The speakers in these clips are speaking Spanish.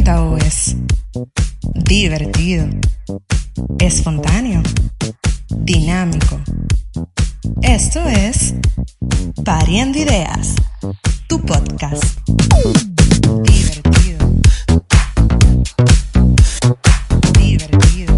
o es divertido, espontáneo, dinámico. Esto es Pariendo Ideas, tu podcast. Divertido. Divertido.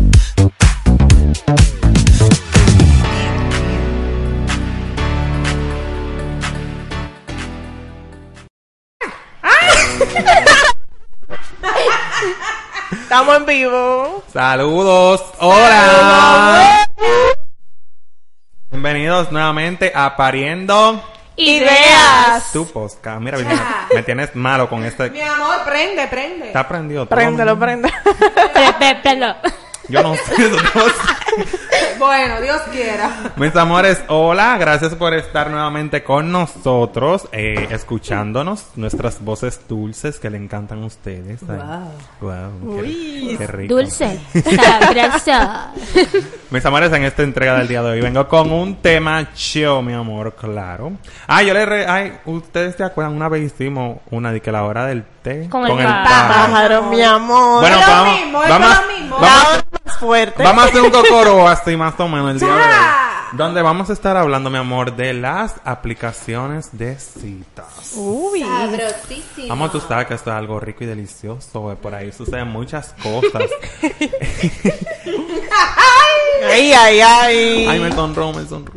Estamos en vivo. Saludos, hola. Bienvenidos nuevamente a Pariendo Ideas. tu podcast. Mira, Virginia, me tienes malo con este. Mi amor, prende. Está prendido todo. Préndelo. Yo no sé, no sé. Bueno, Dios quiera. Mis amores, hola, gracias por estar nuevamente con nosotros, escuchándonos, nuestras voces dulces que le encantan a ustedes. Ay, wow, qué rico. Dulce, sabroso. Mis amores, en esta entrega del día de hoy vengo con un tema chill, mi amor, claro. ¿Ustedes se acuerdan? Una vez hicimos una de que la hora del té Con el Pájaro, mi amor. Bueno, Es vamos, lo mismo. vamos, La hora más fuerte. vamos a hacer un cocoro así más o menos el día de hoy. Donde vamos a estar hablando, mi amor, de las aplicaciones de citas. Uy. Sabrosísimo. Vamos, tú sabes que esto es algo rico y delicioso. Por ahí suceden muchas cosas. Ay. Ay, me sonrojo.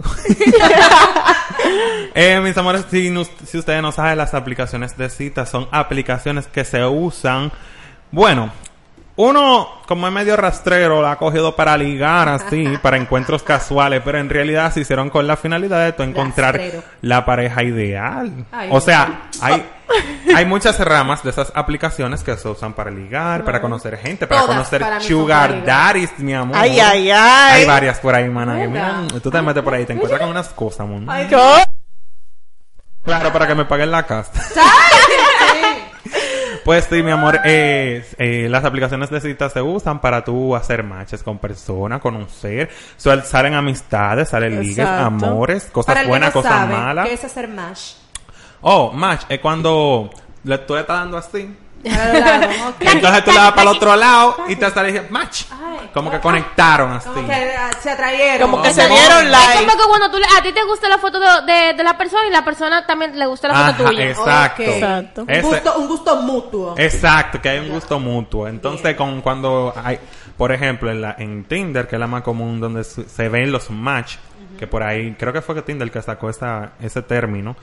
Mis amores, si ustedes no saben, las aplicaciones de citas son aplicaciones que se usan. Bueno, uno, como es medio rastrero, la ha cogido para ligar así, para encuentros casuales, pero en realidad se hicieron con la finalidad de tú encontrar Rastrero. la pareja ideal. Ay, o sea, hay muchas ramas de esas aplicaciones que se usan para ligar, para conocer gente, para Todas conocer para mí son sugar para ligar. daddies, mi amor. Ay. Hay varias por ahí, mana. que ¿Verdad? mira, tú te metes por ahí y te encuentras con unas cosas, mon. Ay, yo. Claro, para que me paguen la casa. Sí. Pues sí, mi amor, las aplicaciones de citas se usan para tú hacer matches con personas, conocer, salen amistades, salen ligues, Exacto. amores, Para cosas el que buenas, no cosas sabe, malas. ¿qué es hacer mash? Oh, match es cuando tú le estás dando así. Ok. Entonces tú le das para el otro lado y te sale y dices, match. Como que conectaron así. Como que se atrayeron. Como que se se dieron Es like. como que cuando a ti te gusta la foto de la persona y la persona también le gusta la foto Ajá, tuya. exacto. Ok. Exacto. Un gusto mutuo. Exacto, que hay un gusto mutuo. Entonces, cuando hay, por ejemplo, en Tinder, que es la más común donde se ven los match, que por ahí, creo que fue que Tinder que sacó ese término,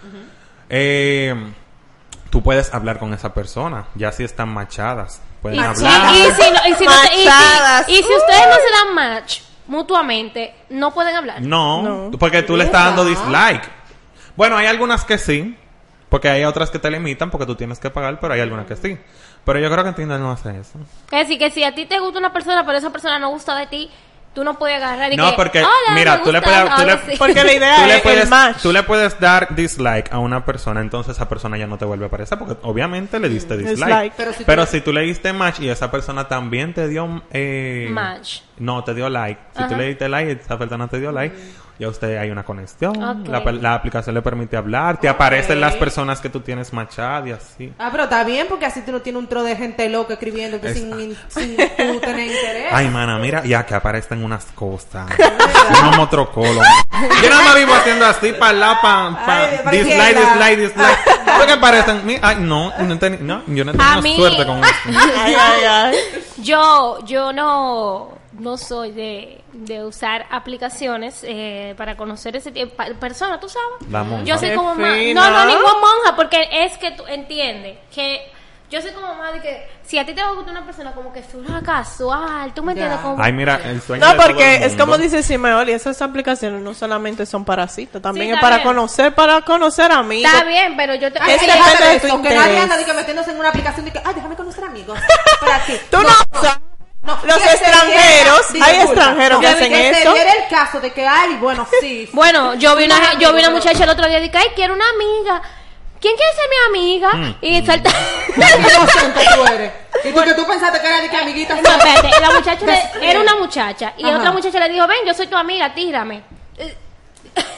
tú puedes hablar con esa persona, ya si están machadas. Pueden hablar. Machadas. Y si ustedes no se dan match mutuamente, no pueden hablar. No, porque tú le estás dando dislike. Bueno, hay algunas que sí, porque hay otras que te limitan porque tú tienes que pagar, pero hay algunas que sí. Pero yo creo que en Tinder no hace eso. Es decir, que si a ti te gusta una persona, pero esa persona no gusta de ti, tú no puedes agarrar y No, que, porque, "Hola, mira, me tú le gustas", puedes- tú algo le- así. Porque la idea es el match. Tú le puedes dar dislike a una persona, entonces esa persona ya no te vuelve a aparecer porque obviamente le diste dislike. dislike. Pero si tú le diste match y esa persona también te dio Match. no, te dio like. Si tú le diste like y esa persona te dio like, ya usted hay una conexión. Ok. La aplicación le permite hablar, te aparecen las personas que tú tienes matchadas y así. Pero está bien porque así tú no tienes un tro de gente loca escribiendo que sin tú tener interés. Ay, mana, mira, ya que aparecen unas cosas. Unos motrocolos. Yo no me vivo haciendo así para el lado, Ay, para dislike. Porque aparecen. Ay, yo no he A tenido mí- suerte con esto. Ay. Yo no soy de usar aplicaciones para conocer ese tipo de personas, ¿tú sabes? La monja. Yo soy Qué como más... fina. No, ninguna monja, porque es que tú entiendes que yo soy como más de que si a ti te gusta una persona como que es una casual, ¿tú me entiendes? Ya. Como... Ay, mira, el sueño No, de todo porque el es mundo. como dice Simeoli, esas aplicaciones no solamente son para citas, también Sí, es está para conocer amigos. Está bien, pero yo te... Ay, Sí, sí, depende de tu que interés. nadie anda de que metiéndose en una aplicación de que, ay, déjame conocer amigos. Para ti. Tú no sabes. No, Los que se extranjeros, diera- hay disculpa, extranjeros que hacen que eso. se diera el caso de que, ay, bueno, sí. Bueno, yo vi una pero- muchacha el otro día y dije, ay, quiero una amiga. ¿Quién quiere ser mi amiga? Y salta... Qué inocente tú eres. Y porque tú pensaste que era de que amiguita. No, espérate, la muchacha era una muchacha y Ajá. otra muchacha le dijo, ven, yo soy tu amiga, tírame.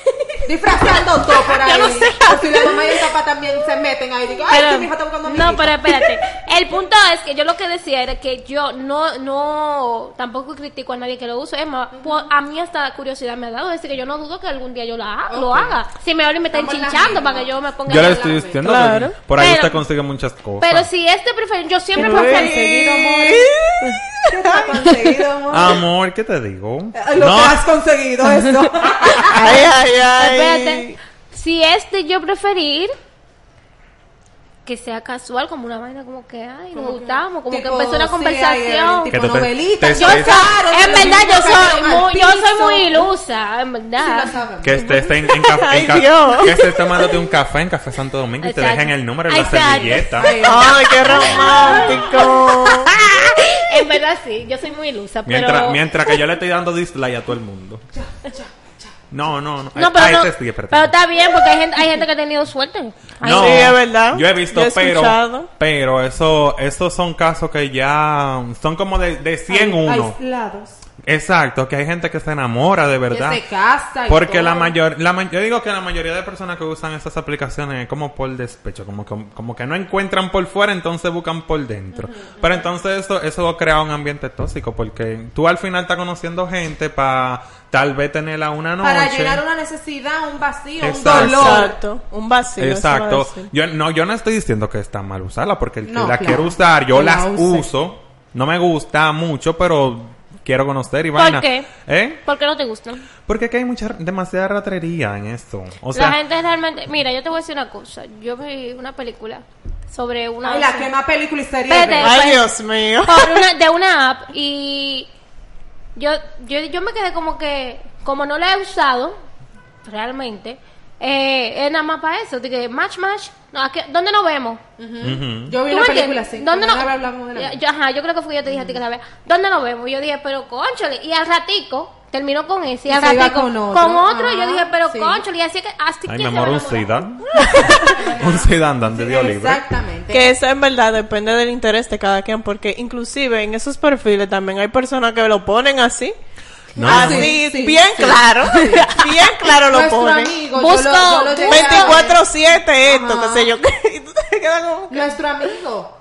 disfrazando todo por ahí. Yo no sé. O si la mamá y el papá también se meten ahí. Digo, ay, que mi hija está buscando a mi no, hija. pero espérate. El punto es que yo lo que decía era que yo no tampoco critico a nadie que lo use. Es más, a mí hasta curiosidad me ha dado. Es decir, que yo no dudo que algún día yo lo haga. Si me hablan y me están Estamos en la chinchando misma. para que yo me ponga Yo a le hablar. estoy diciendo Claro. que por ahí Pero- usted consigue muchas cosas. Pero si prefiero, yo siempre ¿Qué te has prefiero. conseguido, amor? ¿Qué te has conseguido, amor? Amor, ¿qué te digo? Lo No, que has conseguido, eso. Ay. Espérate. Si yo preferir que sea casual, como una vaina como que, ay, nos gustamos, como que Tipo, empezó una sí, conversación. tipo Que tú te- novelita. te- Yo te- claro, En los verdad niños cayeron al yo soy piso. muy ilusa, en Sí, verdad. lo sabemos. que estés en café, Ay, Dios. que estés tomándote un café en Café Santo Domingo y te Exacto. dejen el número en la Exacto. servilleta. Ay, qué romántico. En verdad sí, yo soy muy ilusa, pero... Mientras que yo le estoy dando dislike a todo el mundo. No. No, A pero, no, ese sí, espérate. pero está bien porque hay gente que ha tenido suerte. Hay- No, Sí, es verdad. Yo he visto, Yo he escuchado. pero esos son casos que ya son como de 100 uno. Aislados. Exacto, que hay gente que se enamora de verdad. Que se casa y Porque todo. yo digo que la mayoría de personas que usan esas aplicaciones es como por despecho, como que no encuentran por fuera, entonces buscan por dentro. Pero entonces eso crea un ambiente tóxico, porque tú al final estás conociendo gente para tal vez tenerla una noche. Para llenar una necesidad, un vacío, Exacto. un dolor. Exacto. Un vacío. eso Exacto. va a decir. Yo no estoy diciendo que está mal usarla, porque el que No, la claro. quiere usar, yo Que la las use. uso. No me gusta mucho, pero quiero conocer y ¿Por vaina. qué? ¿Eh? ¿Por qué no te gustan? Porque aquí hay demasiada ratrería en esto. O sea, La gente realmente... Mira, yo te voy a decir una cosa. Yo vi una película sobre una... Ay, la que más película y serie Espérate. ve. Ay, Dios mío. de una app y yo me quedé como que no la he usado realmente es nada más para eso de que match no, ¿dónde nos vemos? ujú. Yo vi ¿Tú una me película entiendes? así. ¿Dónde cuando no? hablamos de la Yo creo que fue yo te dije a ti que la vea. ¿Dónde nos vemos? Y yo dije, pero conchole, y al ratico terminó con ese y Y al se iba ratico con otro. y yo dije, pero Sí. conchole, y así que así Ay, que mi se amor, va a un enamorar. Zidane. Un Zidane, dan de Dios libre. Exactamente. Que eso en verdad depende del interés de cada quien, porque inclusive en esos perfiles también hay personas que lo ponen así. No, así, sí, bien sí. claro. Bien claro lo Nuestro ponen. amigo, Busco yo lo llegué a- 24/7 esto, Ajá. qué sé yo. Y tú te quedas como que- Nuestro amigo,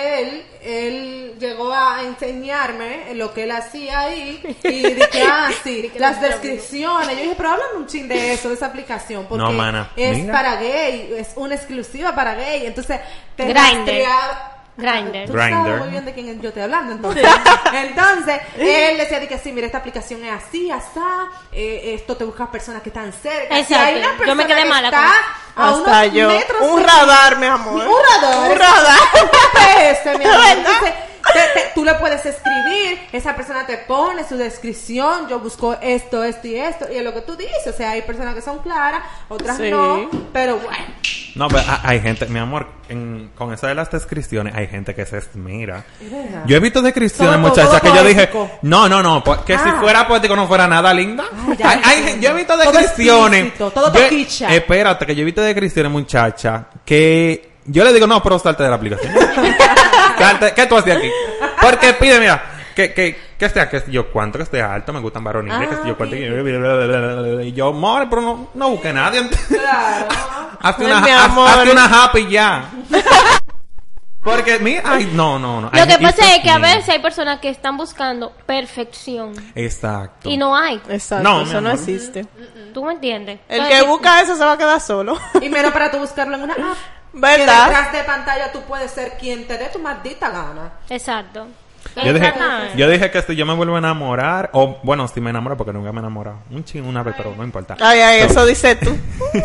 él llegó a enseñarme lo que él hacía ahí y dije, sí, las descripciones. Yo dije, pero háblame un chin de eso, de esa aplicación, porque No, mana, es mira. para gay, es una exclusiva para gay. Entonces, te Grindr. rastreaba- Grindr. Tú Grindr. sabes muy bien de quién yo estoy hablando, entonces. Entonces, él decía de que sí, mira, esta aplicación es así, asá, esto te buscas personas que están cerca. Exacto. Si hay una Yo persona me quedé que mala está con eso. a hasta unos yo. metros Un de- radar, mi amor. un radar. Un radar. Un GPS, mi amor. Entonces, tú le puedes escribir, esa persona te pone su descripción, yo busco esto y esto, y es lo que tú dices. O sea, hay personas que son claras, otras Sí. no, pero bueno. No, pero hay gente, mi amor, con eso de las descripciones, hay gente que se esmera. verdad. Yo he visto descripciones, Todo- muchachas, todo que yo dije, poético. no, que si Ah. fuera poético no fuera nada linda. ya Yo he visto Todo descripciones. explícito, todo Yo- toquicha. Espérate, que yo he visto descripciones, muchacha, que yo le digo, no, pero salte de la aplicación. Salte, ¿qué tú hacías aquí? Porque pide, mira, que sea, que yo cuánto, que esté alto, me gustan varoniles, que yo cuánto, y yo, amor, pero no busque a nadie. Claro. Hazte Ay, una, mi amor. hazte una happy ya. Porque, mira, ay, no. Lo que pasa es que a veces hay personas que están buscando perfección Exacto. y no hay. Exacto, No, mi eso no amor. existe. ¿Tú me entiendes? El Entonces, que busca eso se va a quedar solo. Y menos para tú buscarlo en una app. Que ¿Verdad? detrás de pantalla tú puedes ser quien te dé tu maldita gana. Exacto. Yo dije que si yo me vuelvo a enamorar, o bueno, si me enamoro, porque nunca me he enamorado. Un ching, una vez, pero no importa. Ay, eso dices tú.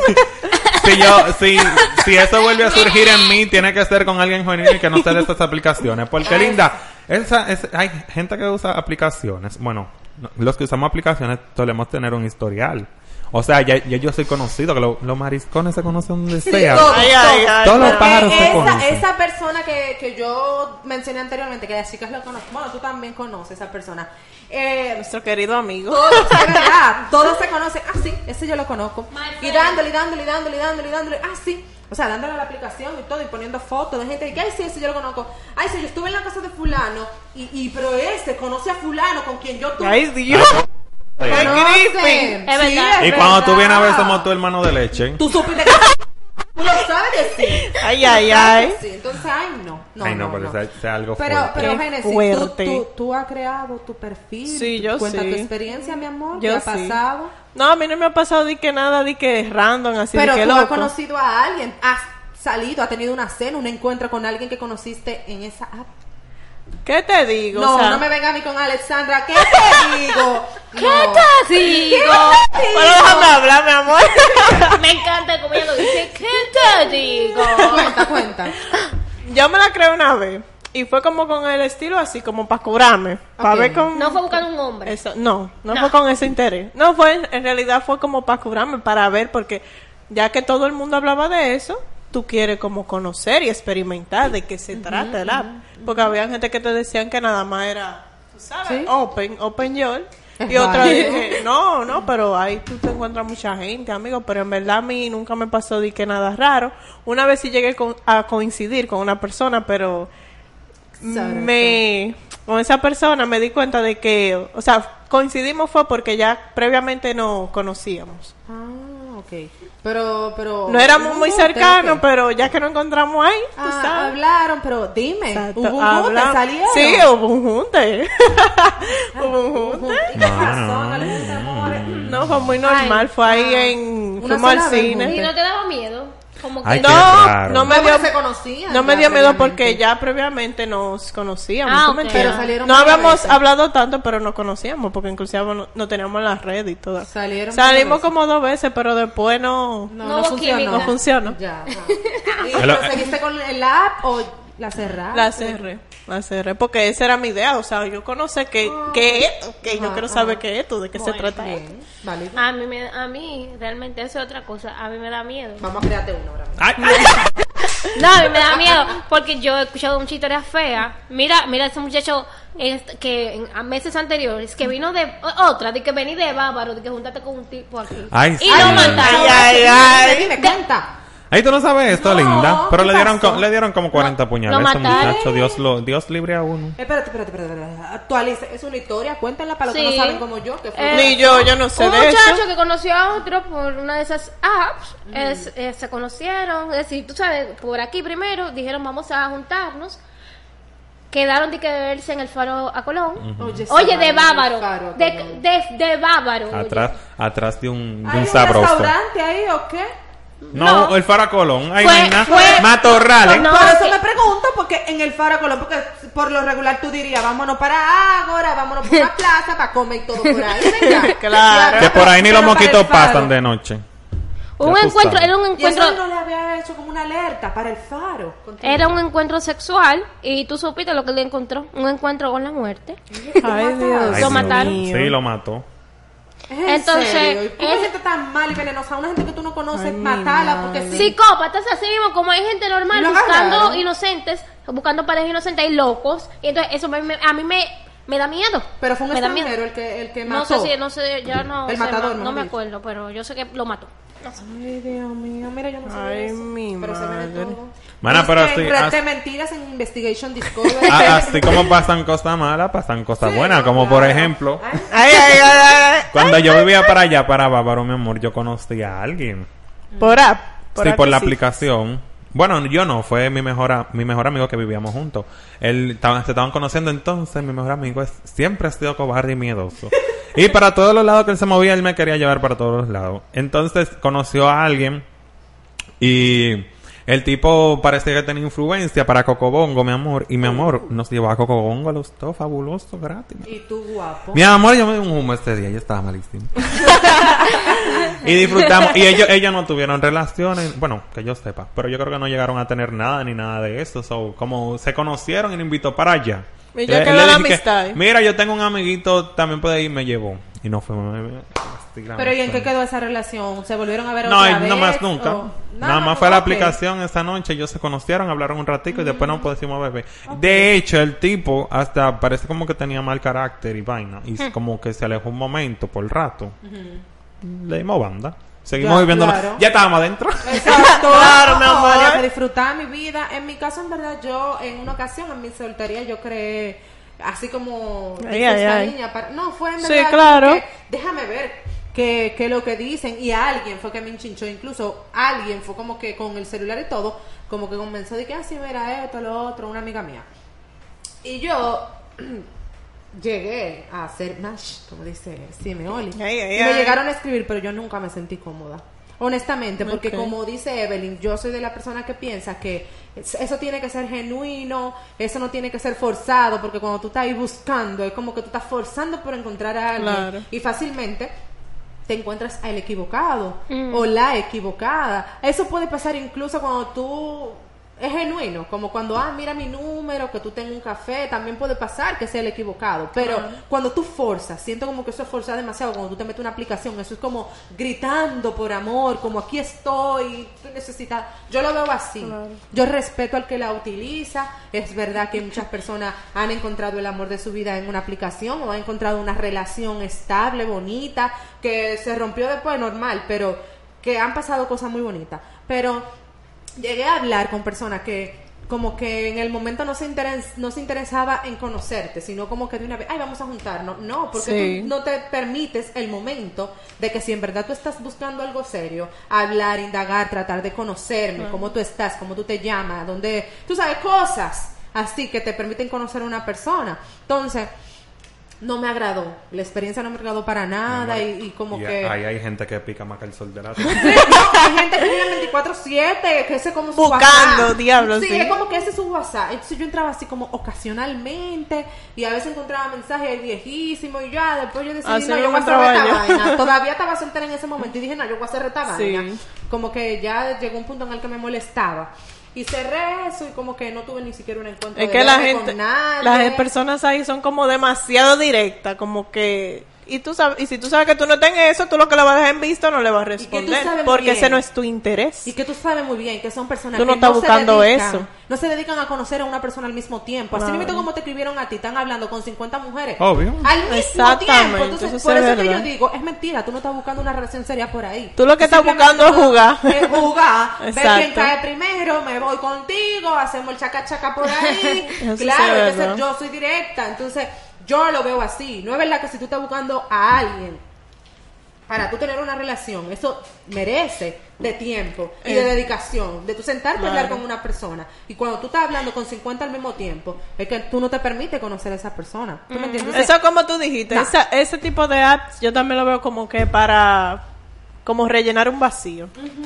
Si eso vuelve a surgir en mí, tiene que ser con alguien juvenil y que no sea de estas aplicaciones. Porque, linda, hay gente que usa aplicaciones. Bueno, los que usamos aplicaciones solemos tener un historial. O sea, ya yo soy conocido, que los mariscones se conocen donde sea. todo. Ay, Todos los Porque pájaros se conocen. esa persona que yo mencioné anteriormente, que las chicas lo conocen, bueno, tú también conoces a esa persona. Nuestro querido amigo. Todos, es verdad, todos se conocen. Ah, sí, ese yo lo conozco. Y dándole, ah, sí. O sea, dándole a la aplicación y todo, y poniendo fotos de gente que, ay, sí, ese yo lo conozco. Ay, sí, yo estuve en la casa de fulano, pero ese conoce a fulano con quien yo tuve. Ay, Dios. Conoce creepy. Es verdad. Y cuando tú vienes a ver, somos tu hermano de leche. Tú supiste que tú lo sabes decir. Ay, ay, ay. Sí, entonces, ay, no. Ay, no, pero es algo Pero, fuerte. pero Qué Génesis, fuerte. tú has creado tu perfil. Sí, yo Cuenta sí. tu experiencia, mi amor. Yo ¿Qué ha sí. pasado? No, a mí no me ha pasado de que nada, de que random, así Pero de que tú has loco. conocido a alguien, has salido, has tenido una cena, un encuentro con alguien que conociste en esa app. ¿Qué te digo? No, O sea, no me venga a mí con Alexandra. ¿Qué te digo? ¿Qué te digo? Bueno, déjame hablar, mi amor. Me encanta como ella lo dice. ¿Qué te digo? Cuenta. Yo me la creé una vez. Y fue como con el estilo así, como para curarme. Para Ok. ver con... No fue buscando un hombre. Eso, no fue con ese interés. No, en realidad fue como para curarme, para ver, porque ya que todo el mundo hablaba de eso, tú quieres como conocer y experimentar de qué se trata el app. Porque había gente que te decían que nada más era, tú sabes, Sí. open your. Es Y otra válido. dije, no, pero ahí tú te encuentras mucha gente, amigo, pero en verdad a mí nunca me pasó de que nada raro. Una vez sí llegué a coincidir con una persona, pero con esa persona me di cuenta de que, o sea, coincidimos fue porque ya previamente nos conocíamos. Ah, ok. Pero... No éramos muy cercanos, ok. pero ya que nos encontramos ahí, tú Ah, sabes. hablaron, pero dime, Exacto, ¿hubo un junte? habla- ¿Salieron? Sí, hubo un junte. Hubo un junte. ¿Y qué pasó? ¿No les gusta, amores? No, fue muy normal, fue ahí en... Una Fuimos al sola vez cine. juntos. ¿Y no te daba miedo? Como que Ay, qué No, raro. no me No, dio, porque se conocían no me ya dio miedo previamente. porque ya previamente nos conocíamos. Ah, ¿tú me ok. entiendes? Pero salieron no varias habíamos veces. hablado tanto, pero nos conocíamos porque inclusive no teníamos las redes y todo. Salieron Salimos varias como 2 veces, pero después no. No hubo química. No funcionó. Ya. Ajá. ¿Y proseguiste con el app o la cerraste? La cerré, porque esa era mi idea, o sea, yo conocer que yo quiero saber qué es esto, de qué se trata esto. Bien, válido. a mí realmente eso es otra cosa. A mí me da miedo. Vamos a crearte uno ahora mismo. Ay, No, a mí me da miedo porque yo he escuchado muchas historias feas. Mira ese muchacho a meses anteriores que vino de otra, de que vení de Bávaro, de que juntaste con un tipo aquí. Ay, y sí. lo mataron. Dime, cuenta. Ahí tú no sabes esto, No, linda. Pero ¿qué le pasó? dieron como 40 puñales lo a ese mataron. muchacho. Dios libre a uno. Espérate. Actualice. Es una historia. Cuéntenla para los que Sí. no saben como yo. Que fue Ni yo no sé Un de eso. muchacho que conoció a otro por una de esas apps, se conocieron, es decir, tú sabes, por aquí primero, dijeron vamos a juntarnos, quedaron de que verse en el Faro a Colón. Oye, de Bávaro, de Bávaro. oye. Atrás de un ¿Hay un sabroso. restaurante ahí o qué? No, No. el Faro Colón. Ahí Fue- no hay nada. fue- Matorrales. No, Por eso que- me pregunto, porque en el Faro Colón, porque por lo regular tú dirías, vámonos para Ágora, vámonos por una plaza para comer y todo por ahí, ¿verdad? Claro. Que por ahí ni los Pero para moquitos el Faro. pasan de noche. Un Ya tú encuentro, sabes. era un Y encuentro, eso no le había hecho como una alerta para el Faro. Continúa. era un encuentro sexual y tú supiste lo que le encontró, un encuentro con la muerte. Ay, Dios. Ay, Lo Dios mataron. mío. Sí, lo mató. Es en Entonces, serio. ¿Y cómo hay ese- gente tan mal y venenosa? Una gente que tú no conoces, Ay, mi matarla porque madre. sí. Psicópatas así mismo, como hay gente normal Lo buscando agarraron. inocentes, buscando parejas inocentes, hay locos, y entonces eso a mí me da miedo. Pero fue un Me da extranjero miedo. el que No mató. sé, ya no El sé, matador, no mejor me dicho. acuerdo, pero yo sé que lo mató. Ay, Dios mío, mira, yo no sé Ay, eso. mi Pero se ve de madre. todo. Mana, pero Busquen así- Red así- de mentiras en Investigation Discovery. Así como pasan cosas malas, pasan cosas buenas. Como por claro. ejemplo, Ay. cuando yo vivía para allá, para Bávaro, mi amor, yo conocí a alguien. Por app. Sí, app por la sí. aplicación. Bueno, yo no, fue mi mejor amigo que vivíamos juntos. Se estaban conociendo entonces, mi mejor amigo siempre ha sido cobarde y miedoso. Y para todos los lados que él se movía, él me quería llevar para todos los lados. Entonces conoció a alguien y el tipo parecía que tenía influencia para Cocobongo, mi amor. Y mi amor nos llevó a Cocobongo, los dos fabulosos, gratis. Y tú guapo. Mi amor, yo me di un humo este día, yo estaba malísimo. Y disfrutamos. Y ellos no tuvieron relaciones, bueno, que yo sepa, pero yo creo que no llegaron a tener nada ni nada de eso. So, como se conocieron y me invitó para allá. Y ya Él quedó le la dije que, amistad. mira, yo tengo un amiguito, también puede ir, me llevó. Y no fue. Pero ¿y en qué quedó esa relación? ¿Se volvieron a ver No, otra vez? no más nunca. ¿O? Nada más fue la ok. aplicación esa noche. Ellos se conocieron, hablaron un ratico y después no pudimos beber. De hecho, el tipo hasta parece como que tenía mal carácter y vaina. Y como que se alejó un momento por rato. Le dimos banda. Seguimos Ya, viviendo. claro. Ya estábamos adentro. Exacto. Claro, mi amor. Había que disfrutar mi vida. En mi caso, en verdad, yo en una ocasión, en mi soltería, yo creé así como Ay, dice ay, esta ay. niña, no, fue en Sí, verdad claro. que déjame ver que lo que dicen, y alguien fue que me enchinchó, incluso alguien fue como que con el celular y todo, como que comenzó de que así mira esto, lo otro, una amiga mía. Y yo llegué a hacer match, como dice Simeoli. Ay, ay, Y me ay. llegaron a escribir, pero yo nunca me sentí cómoda. Honestamente, porque Ok. como dice Evelyn, yo soy de la persona que piensa que eso tiene que ser genuino, eso no tiene que ser forzado, porque cuando tú estás ahí buscando, es como que tú estás forzando por encontrar a alguien Claro. y fácilmente te encuentras al equivocado o la equivocada. Eso puede pasar incluso cuando tú es genuino, como cuando, mira mi número, que tú tengas un café, también puede pasar que sea el equivocado, pero cuando tú forzas, siento como que eso es forzar demasiado, cuando tú te metes una aplicación, eso es como gritando por amor, como aquí estoy, tú necesitas, yo lo veo así, yo respeto al que la utiliza, es verdad que muchas personas han encontrado el amor de su vida en una aplicación, o han encontrado una relación estable, bonita, que se rompió después, normal, pero que han pasado cosas muy bonitas, pero llegué a hablar con personas que como que en el momento no se interesaba en conocerte, sino como que de una vez, vamos a juntarnos. No, porque Sí. tú no te permites el momento de que si en verdad tú estás buscando algo serio, hablar, indagar, tratar de conocerme, cómo tú estás, cómo tú te llamas, dónde, tú sabes, cosas así que te permiten conocer a una persona. Entonces, no me agradó, la experiencia no me agradó para nada y como Y que... ahí hay gente que pica más que el sol de la tierra. Hay gente que vive 24/7, que ese es como su Buscando, WhatsApp. diablo, Sí, sí. es como que ese es su WhatsApp. Entonces yo entraba así como ocasionalmente y a veces encontraba mensajes ahí viejísimos y ya, después yo decidí, Así no, yo mismo voy a cerrar esta entraba yo. vaina. Todavía estaba soltera en ese momento y dije, no, yo voy a cerrar esta Sí. vaina. Como que ya llegó un punto en el que me molestaba. Y cerré eso y como que no tuve ni siquiera un encuentro Es de que la verme gente, con nadie. las personas ahí son como demasiado directas, como que, y tú sabes, y si tú sabes que tú no estás en eso, tú lo que le vas a dejar en visto no le vas a que tú responder, sabes muy porque bien. ese no es tu interés. Y que tú sabes muy bien que son personas Tú no que estás se buscando dedican- eso. No se dedican a conocer a una persona al mismo tiempo. Así Claro. mismo como te escribieron a ti, están hablando con 50 mujeres. Obvio. Al mismo Exactamente, tiempo. Entonces, eso por es eso que verdad. yo digo, es mentira, tú no estás buscando una relación seria por ahí. Tú lo que estás Simplemente buscando es jugar. Es jugar, ver Exacto. quién cae primero, me voy contigo, hacemos el chaca chaca por ahí. Eso sí Claro, es hay que ser- verdad. yo soy directa, entonces yo lo veo así. No es verdad que si tú estás buscando a alguien para tú tener una relación, eso merece de tiempo y de dedicación, de tú sentarte a hablar Claro. con una persona. Y cuando tú estás hablando con 50 al mismo tiempo, es que tú no te permites conocer a esa persona. ¿Tú me entiendes? Eso como tú dijiste, No. ese tipo de apps yo también lo veo como que para como rellenar un vacío.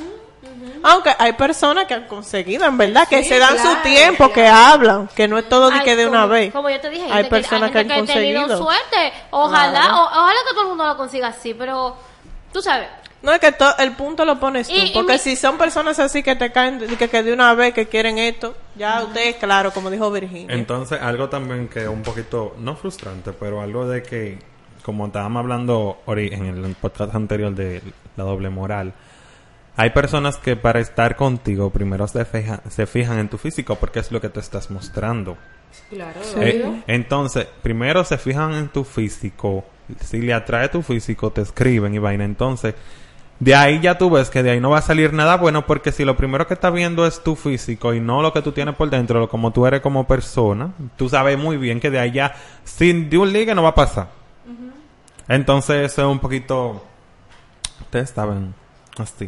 Aunque hay personas que han conseguido, en verdad, que Sí, se dan claro, su tiempo, que claro. hablan, que no es todo de Ay, que de una como- vez. Como yo te dije, Hay personas que han ha tenido conseguido. suerte. Ojalá, Claro. ojalá que todo el mundo lo consiga así, pero tú sabes. No es que el punto lo pones tú, Y porque mi- si son personas así que te caen, que de una vez que quieren esto, ya usted, claro, como dijo Virginia. Entonces, algo también que es un poquito, no frustrante, pero algo de que, como estábamos hablando en el podcast anterior de la doble moral, hay personas que para estar contigo primero se fijan en tu físico porque es lo que te estás mostrando. Claro, Sí. obvio. Entonces, primero se fijan en tu físico. Si le atrae tu físico, te escriben y vaina. Entonces, de ahí ya tú ves que de ahí no va a salir nada bueno, porque si lo primero que está viendo es tu físico y no lo que tú tienes por dentro, lo como tú eres como persona, tú sabes muy bien que de ahí ya, sin de un ligue no va a pasar. Entonces, eso es un poquito... Ustedes saben, así.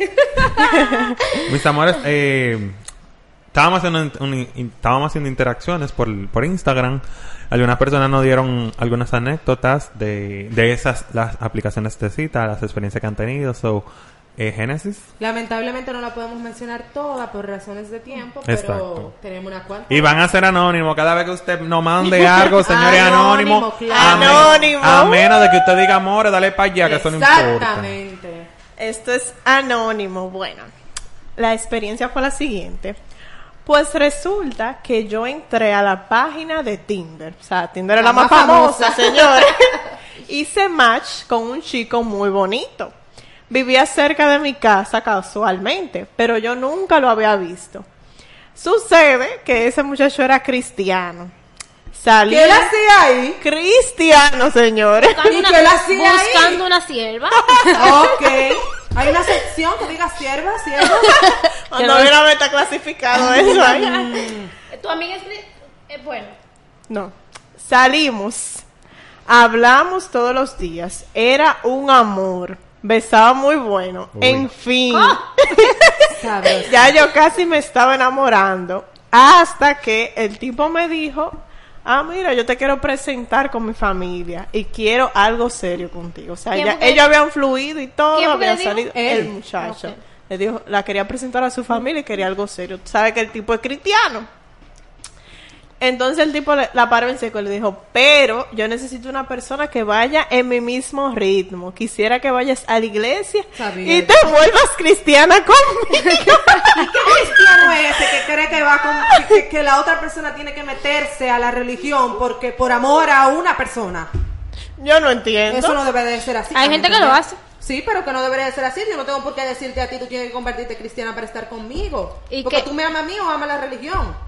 Mis amores, estábamos haciendo interacciones por Instagram. Algunas personas nos dieron algunas anécdotas de esas, las aplicaciones de cita, las experiencias que han tenido. Génesis. Lamentablemente no la podemos mencionar toda por razones de tiempo, pero Exacto. tenemos una cuanta. Y van a ser anónimos. Cada vez que usted nos mande algo, señores, Anónimo, anónimo. claro. Anónimo. A menos de que usted diga, amor, dale para allá, que eso no importa. Exactamente. Esto es anónimo. Bueno, la experiencia fue la siguiente. Pues resulta que yo entré a la página de Tinder. O sea, Tinder es la más famosa, señores. Hice match con un chico muy bonito. Vivía cerca de mi casa casualmente, pero yo nunca lo había visto. Sucede que ese muchacho era cristiano. Salí ¿Qué él hacía ahí? cristiano, señores. ¿Y qué él hacía ahí? Buscando una sierva. Ok. Hay una sección que diga sierva, sierva. Cuando hubiera vez está clasificado eso ahí. Tu amiga es... bueno. No. Salimos, hablamos todos los días, era un amor, besaba muy bueno, Uy. en fin, ¿Sabes? ya yo casi me estaba enamorando, hasta que el tipo me dijo, mira, yo te quiero presentar con mi familia y quiero algo serio contigo. O sea, ¿Quién fue que- ellos habían fluido y todo, ¿Quién fue que habían le dijo? salido. Él. El muchacho. Ok. Le dijo, la quería presentar a su familia y quería algo serio. Tú sabes que el tipo es cristiano. Entonces el tipo la paró en seco y le dijo, pero yo necesito una persona que vaya en mi mismo ritmo. Quisiera que vayas a la iglesia Sabía y te vuelvas cristiana conmigo. ¿Qué cristiano es ese que cree que va con, que la otra persona tiene que meterse a la religión porque por amor a una persona? Yo no entiendo. Eso no debe de ser así. Hay ¿me gente que entiendes? lo hace. Sí, pero que no debería de ser así. Yo no tengo por qué decirte a ti, tú tienes que convertirte cristiana para estar conmigo. ¿Y Porque qué? tú me amas a mí o amas la religión.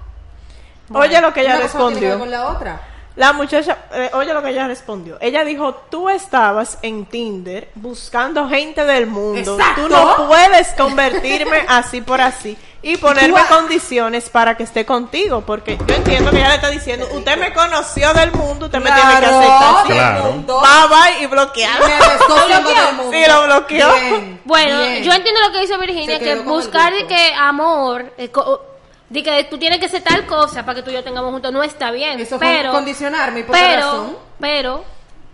Oye lo que ella Una cosa no tiene que ver respondió. con la otra. La muchacha, oye lo que ella respondió. Ella dijo, tú estabas en Tinder buscando gente del mundo. Exacto. Tú no puedes convertirme así por así y ponerme tú- condiciones para que esté contigo. Porque yo entiendo que ella le está diciendo, usted me conoció del mundo, usted me tiene que Claro, aceptar. del Claro. mundo. Bye bye y bloquear. Me besó siendo del mundo. Sí, lo bloqueó. Bien, Bueno, bien. yo entiendo lo que dice Virginia, Se que quedó con el buscar de gusto. que amor, de que tú tienes que hacer tal cosa para que tú y yo tengamos juntos, no está bien. Eso fue pero, condicionarme. ¿Y por qué razón? pero,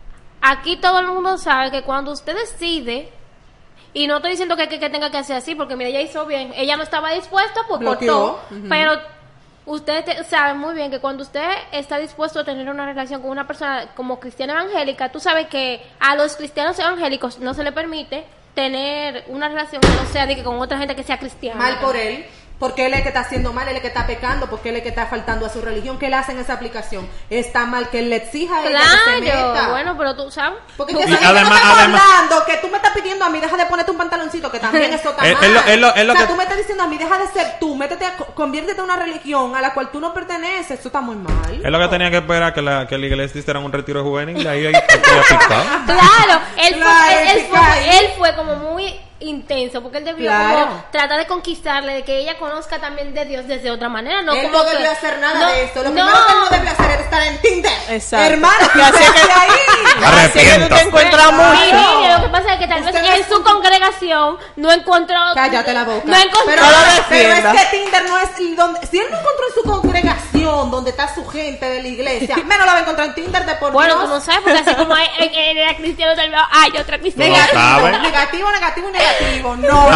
aquí todo el mundo sabe que cuando usted decide, y no estoy diciendo que tenga que hacer así, porque mira, ella hizo bien, ella no estaba dispuesta, pues Bloqueó. cortó, pero usted sabe muy bien que cuando usted está dispuesto a tener una relación con una persona como cristiana evangélica, tú sabes que a los cristianos evangélicos no se le permite tener una relación que no sea de que con otra gente que sea cristiana. Mal por él. Porque él es el que está haciendo mal, él es el que está pecando, porque él es el que está faltando a su religión. ¿Qué le hace en esa aplicación? Está mal que él le exija a ella que se meta. Claro, bueno, pero tú sabes. Porque Tú- que Y si no además- estamos además- hablando que tú me estás pidiendo a mí, deja de ponerte un pantaloncito, que también eso está mal. Es lo o sea, que- tú me estás diciendo a mí, deja de ser tú, conviértete en una religión a la cual tú no perteneces, eso está muy mal. Es lo que tenía que esperar que la iglesia hiciera un retiro juvenil. Ahí había picado. Claro, él, Claro, él fue como muy intenso, porque él debió Claro. como tratar de conquistarle, de que ella conozca también de Dios desde otra manera, no Él como no que- debió hacer nada no, de esto. Lo no. primero que él no debió hacer es estar en Tinder. Exacto. Hermana, Que así ¿qué es que- hace ahí? Así que tú Arrepiéntase. te encuentras Claro. mucho. Virginia, lo que pasa es que tal vez Usted no en es su un- congregación no encontró. Cállate la boca. No encontró. Pero, No lo pero es defienda. que Tinder no es donde. Si él no encontró en su congregación donde está su gente de la iglesia, menos la va a encontrar en Tinder de por Bueno, Dios. tú no sabes, porque así como era cristiano, tal vez hay otra cristiana. Negativo. Negativo, sabe. negativo, negativo y negativo. No.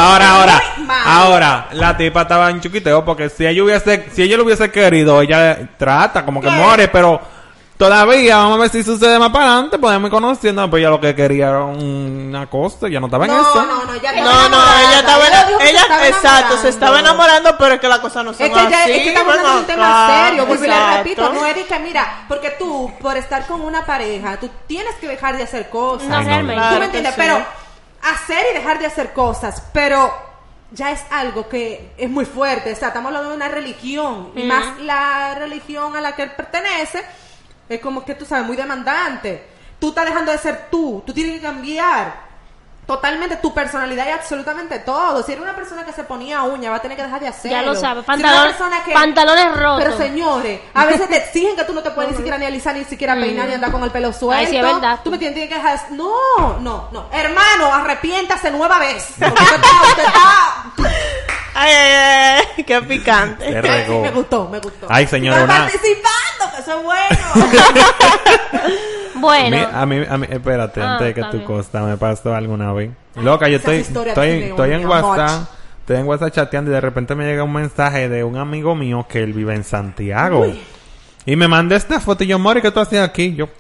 Ahora, la tipa estaba en chuquiteo porque si ella lo hubiese querido, ella trata como que ¿Qué? muere, pero todavía vamos a ver si sucede más para adelante, podemos ir conociendo, pero ella lo que quería era una cosa, ya no estaba en eso. No, ya No, ella estaba, dijo que se estaba exacto, se estaba enamorando, pero es que la cosa no son Es que, ya, así. es que estamos hablando de un ven tema acá, serio, vuelvo y le exacto. repito, no es que mira, porque tú, por estar con una pareja, tú tienes que dejar de hacer cosas. No, Ay, no, realmente. ¿Tú Claro me que entiendes? sí. Pero hacer y dejar de hacer cosas, pero ya es algo que es muy fuerte. O sea, estamos hablando de una religión, y más la religión a la que él pertenece, es como que tú sabes, muy demandante. Tú estás dejando de ser tú tienes que cambiar totalmente tu personalidad y absolutamente todo. Si eres una persona que se ponía uña, va a tener que dejar de hacerlo. Ya lo sabes, Si eres una pantalones, persona que- pantalones rotos. Pero señores, a veces te exigen que tú no te puedes ni siquiera ni alisar, ni siquiera peinar, ni andar con el pelo suelto. Ay, sí, es verdad. Tú me tienes que dejar... No. Hermano, arrepiéntase nueva vez. Porque usted está... Ay, qué picante. Se regó. Me gustó. Ay, señora, Está una- participando, que eso es bueno. Bueno, A mí, espérate, Ah, antes de que está tu bien. cosa me pasó alguna vez. Loca, yo Esas historias tienen estoy en un WhatsApp, much. estoy en WhatsApp chateando y de repente me llega un mensaje de un amigo mío que él vive en Santiago. Y me manda esta foto y yo, Mori, ¿qué tú haces aquí? Yo,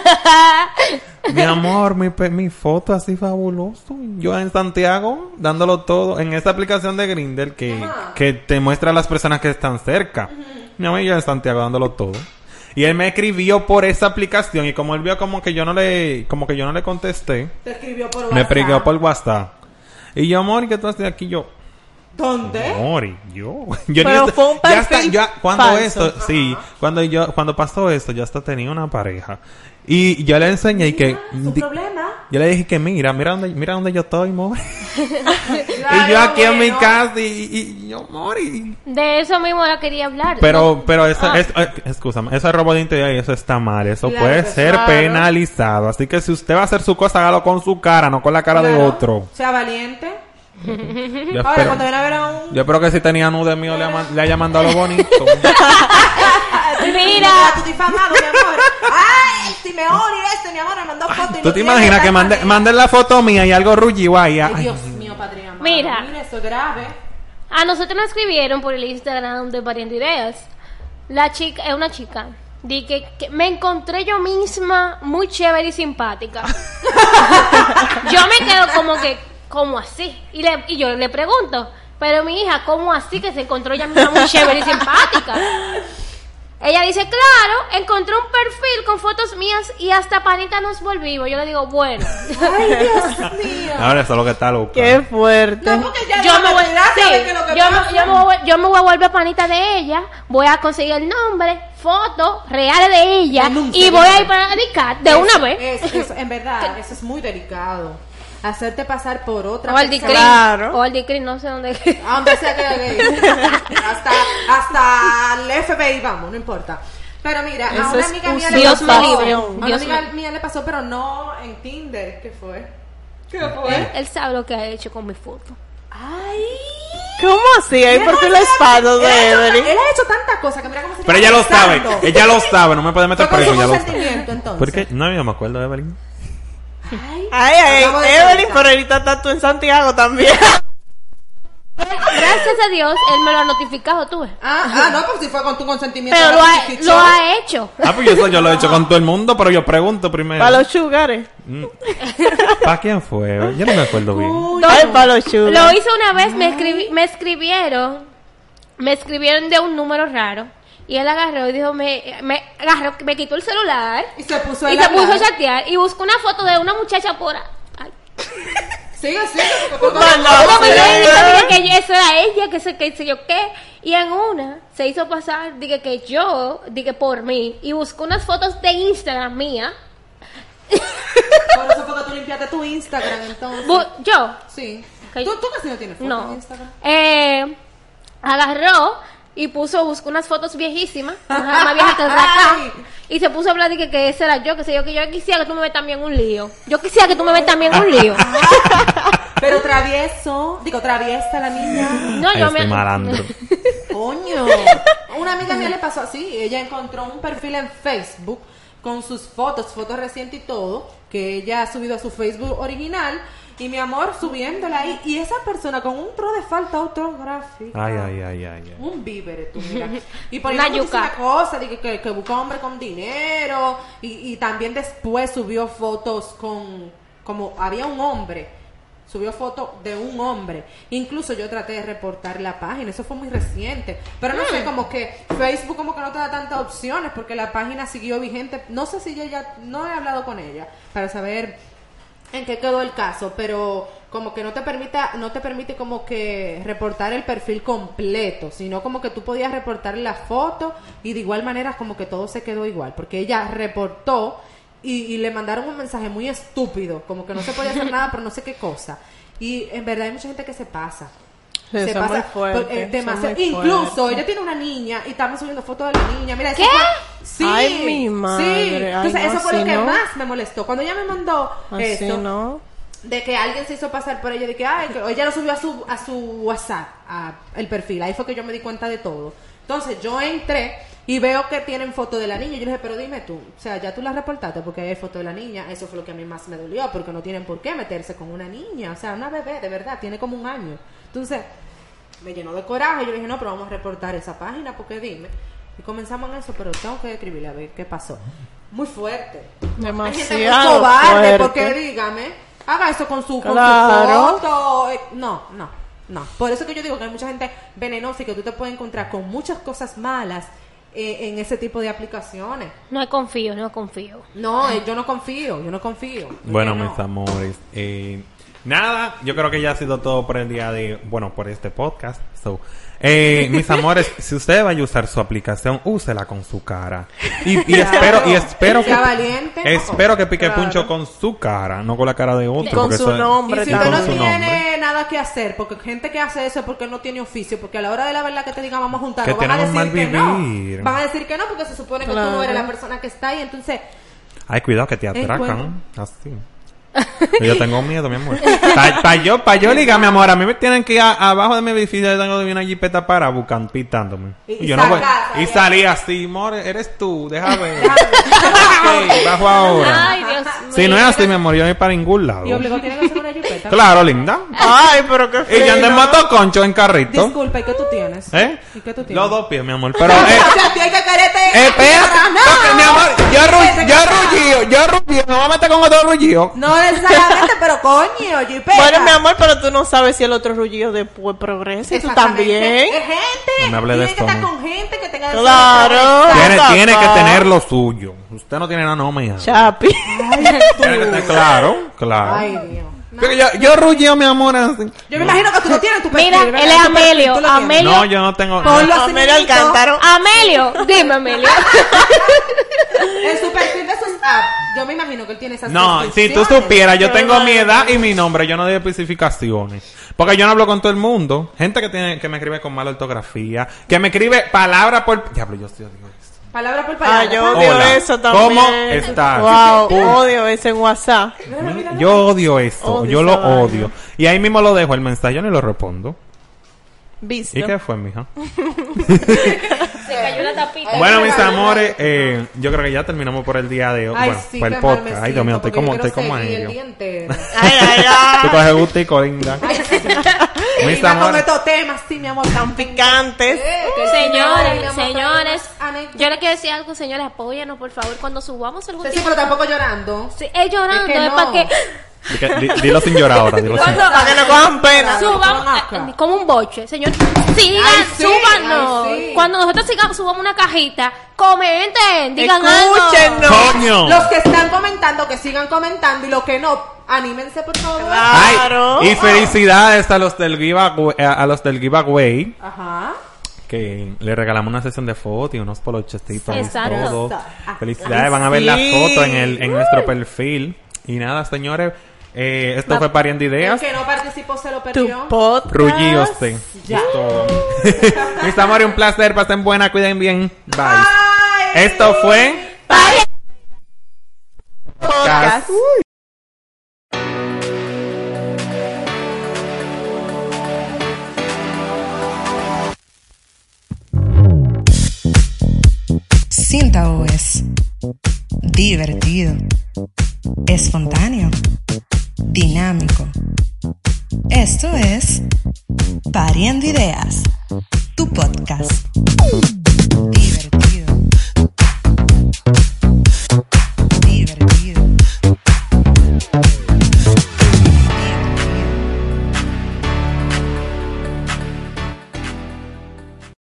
mi amor, mi foto así fabuloso. Yo en Santiago, dándolo todo. En esta aplicación de Grindr que te muestra a las personas que están cerca. Mi amor, yo en Santiago dándolo todo. Y él me escribió por esa aplicación y como él vio como que yo no le contesté, Te escribió por me WhatsApp. escribió por WhatsApp. Y yo, Mori, ¿qué tú haces aquí? Yo, ¿Dónde? Mori, yo Pero ni- fue un ya está, perfil cuando falso. esto, sí, cuando pasó esto, yo hasta tenía una pareja. Y yo le enseñé y que Su problema. Yo le dije que mira dónde yo estoy, amor. Claro, Y yo aquí en mi bueno. casa y yo morí. De eso mismo la quería hablar. Pero eso, Ah. escúchame, ese robo de identidad y eso está mal. Eso Claro puede que ser claro. penalizado. Así que si usted va a hacer su cosa, hágalo con su cara, no con la cara de Claro. otro. Sea valiente. Yo Ahora, espero, cuando viene a ver a un... yo espero que si tenía nude mío le haya mandado lo bonito. Mira. Tú difamado, mi amor. Ay, Simeón y mi amor, me mandó foto y ¿Tú no te tiene imaginas que exactamente. mande la foto mía y algo rullido ahí? Ay, Ay, Dios mío, padre amado. Mira. Mira, eso es grave. A nosotros nos escribieron por el Instagram de Pariendo Ideas. La chica, es una chica. Di que me encontré yo misma muy chévere y simpática. Yo me quedo como que, ¿cómo así? Y yo le pregunto, pero mi hija, ¿cómo así que se encontró ella misma muy chévere y simpática? Ella dice, claro, encontré un perfil con fotos mías y hasta panita nos volvimos. Yo le digo, bueno. Ay, Dios mío. ahora eso es lo que está loco. Qué fuerte. No, porque ya Yo me voy, sí, sí, que lo que yo pasa. me voy a volver panita de ella, voy a conseguir el nombre, fotos reales de ella Denuncia, y voy a denuncia. ir para la DICAT de una vez. Eso, en verdad, eso es muy delicado. Hacerte pasar por otra O al persona. DICRIN, Claro. o al DICRIN, no sé dónde. A donde sea que hasta el FBI vamos, no importa. Pero mira, a Eso una es amiga mía Dios le me pasó. libre. A una Dios amiga me- mía le pasó, pero no en Tinder. ¿Qué fue? Él sabe lo que ha hecho con mi foto. Ay. ¿Cómo así? Hay por qué la espalda de Evelyn. Él ha hecho tantas cosas que mira cómo se Pero llama ella lo sabe, santo. ella lo sabe, no me puede meter Fue con preso, su ya lo sabe. consentimiento, entonces. ¿Por qué? No, yo me acuerdo de Evelyn. Ay, Acabo de Evelyn, pensar. pero ahorita estás tú en Santiago también. Gracias a Dios, él me lo ha notificado, tú ves. No, pues si fue con tu consentimiento. Pero no lo te ha, fichó. lo ha hecho. Ah, pues yo lo he hecho con todo el mundo, pero yo pregunto primero. Para los sugares. ¿Para quién fue? Yo no me acuerdo bien. Ay, para los Lo sugares. hizo una vez, me escribieron de un número raro. Y él agarró y dijo, me quitó el celular Y se puso y a se puso a hablar. chatear y buscó una foto de una muchacha por ahí. Sigue. No, me dijo que eso era ella, que sé yo qué. Y en una se hizo pasar, dije que por mí. Y buscó unas fotos de Instagram mía. Por eso fue que tú limpiaste tu Instagram, entonces. Yo, Sí. Que- ¿Tú casi no tienes fotos no. en Instagram? Agarró y buscó unas fotos viejísimas, más viejas que el racá, Ay. y se puso a hablar de que ese era yo, que sé yo, que yo quisiera que tú me metas también un lío. Yo quisiera que tú me metas también un lío. Pero traviesa la niña. No, Ay, yo este malandro. Coño. Una amiga mía le pasó así. Ella encontró un perfil en Facebook con sus fotos recientes y todo, que ella ha subido a su Facebook original. Y mi amor, subiéndola ahí. Y esa persona con un tro de falta ortográfica. Ay. Un víver, tú mira. Y poniendo Una yuca. muchísimas cosas, de que busca hombre con dinero. Y también después subió fotos como había un hombre. Subió fotos de un hombre. Incluso yo traté de reportar la página. Eso fue muy reciente. Pero no sé, como que Facebook como que no te da tantas opciones porque la página siguió vigente. No sé si yo ya... No he hablado con ella para saber en qué quedó el caso, pero como que no te permite como que reportar el perfil completo, sino como que tú podías reportar la foto y de igual manera como que todo se quedó igual, porque ella reportó y le mandaron un mensaje muy estúpido, como que no se podía hacer nada, pero no sé qué cosa. Y en verdad hay mucha gente que se pasa. Sí, Se son pasa muy fuertes, son demasiado. muy Incluso fuertes. ella tiene una niña y estamos subiendo fotos de la niña. Mira, eso ¿Qué? fue- Sí. Ay, mi madre. Sí. Ay, Entonces, no, eso fue lo así que no. más me molestó. Cuando ella me mandó Así esto, no. de que alguien se hizo pasar por ella, de que ella lo subió a su WhatsApp, el perfil. Ahí fue que yo me di cuenta de todo. Entonces, yo entré y veo que tienen foto de la niña. Yo le dije, pero dime tú, o sea, ya tú la reportaste porque hay foto de la niña. Eso fue lo que a mí más me dolió, porque no tienen por qué meterse con una niña. O sea, una bebé, de verdad, tiene como un año. Entonces, me llenó de coraje. Yo le dije, no, pero vamos a reportar esa página, porque dime. Y comenzamos en eso, pero tengo que escribirle a ver qué pasó. Muy fuerte. Hay gente muy Demasiado cobarde, fuerte. porque dígame, haga eso con su Claro. foto. No. Por eso que yo digo que hay mucha gente venenosa y que tú te puedes encontrar con muchas cosas malas en ese tipo de aplicaciones. No confío. No, yo no confío. Bueno, Porque no. mis amores, Nada, yo creo que ya ha sido todo por el día de... Bueno, por este podcast. So, mis amores, si usted vaya a usar su aplicación, úsela con su cara. Y espero Sea valiente. Espero que pique puncho con su cara, no con la cara de otro. Con porque su nombre. Y si y usted con no su tiene nombre. nada que hacer, porque gente que hace eso es porque no tiene oficio, porque a la hora de la verdad que te digan vamos a juntarnos, Que van a tienen un decir que mal vivir. no. Van a decir que no porque se supone que tú no eres la persona que está ahí, entonces... Ay, cuidado que te bueno. atracan. Así. Yo tengo miedo, mi amor. Pa' yo ligar, mi amor, a mí me tienen que ir abajo de mi edificio. Yo tengo una jipeta para buscar, pitándome. Y Yo no voy. sacar, Y salí así, amor, eres tú, déjame. Ok, bajo ahora. Ay, Dios mío. Si no es así, mi amor, yo no voy para ningún lado. Y obligado tiene que ser una jipeta. Claro, linda. Ay, pero qué Y yo ando en fino. motoconcho en carrito. Disculpa, ¿y qué tú tienes? ¿Y qué tú tienes? Los dos pies, mi amor. Pero, O sea, a ti hay que quererte. espérate, No. porque, mi amor, yo rugido, me voy a meter con otro rugido. No necesariamente, pero coño, jipeta. Bueno, mi amor, pero tú no sabes si el otro rugido después progresa. Y tú Exactamente. también. Es gente. No me hable de Tiene que esto, estar no. con gente que tenga Claro. Tiene que Papá. tener lo suyo. Usted no tiene nada, no me hable. Chapi. Claro, claro. Ay, Dios. No. Porque yo rugido, mi amor. Así. Yo me imagino que tú lo tienes en tu perfil. Mira, ¿verdad? él es En tu perfil Amelio. tú lo tienes. Amelio. No, yo no tengo. Ponlo así Amelio mismito. Alcántaro. Amelio, dime, Amelio. En su perfil de sus apps. Yo me imagino que él tiene esas No, si tú descripciones. supieras, yo tengo mi edad y mi nombre, yo no doy especificaciones. Porque yo no hablo con todo el mundo. Gente que me escribe con mala ortografía, que me escribe palabra por... Diablo, yo estoy odiando esto. Palabra por Ah, palabra. yo odio Hola. eso también. ¿Cómo estás? Wow, Pum. odio eso en WhatsApp. Yo odio esto, Odio yo esa lo vaina. odio. Y ahí mismo lo dejo el mensaje, yo ni lo respondo. Visto. ¿Y qué fue, mija? Se cayó la tapita. Bueno, mis amores, yo creo que ya terminamos por el día de hoy. Ay, Bueno, sí, por el qué mal me podcast. Ay, Dios mío, siento, estoy porque yo como quiero seguir el ellos. día entero. Ay, ay, Tú ay. coges gusto y colinda. Mis Linda, con amores. estos temas, sí, mi amor, tan Picantes. Señores, yo le quiero decir algo, señores, apóyanos, por favor, cuando subamos algún Sí, tipo. pero tampoco llorando. Sí, es llorando, Es que es no. para que Dilo sin llorar ahora, dilo sin cuando Para que no cojan pena. subamos como un boche, señor. Sigan, Ay, sí, súbanos. ay, sí. Cuando nosotros sigamos, subamos una cajita, comenten, digan Escúchenos. algo. ¡Coño! Los que están comentando, que sigan comentando. Y los que no, anímense, por favor. Ay, Claro. y felicidades a los del giveaway, Ajá. que le regalamos una sesión de fotos y unos polochecitos Exacto. todos. Ah, Felicidades, van a ver sí. las fotos en nuestro perfil. Y nada, señores, esto fue Pariendo El Ideas. que no participó se lo Tu perdió. podcast. Rullíoste. Ya. Es todo. Mis amores, un placer, pasen buena, cuiden bien. Bye. Bye. Esto fue Podcast. Cinta es divertido, espontáneo, dinámico. Esto es Pariendo Ideas, tu podcast.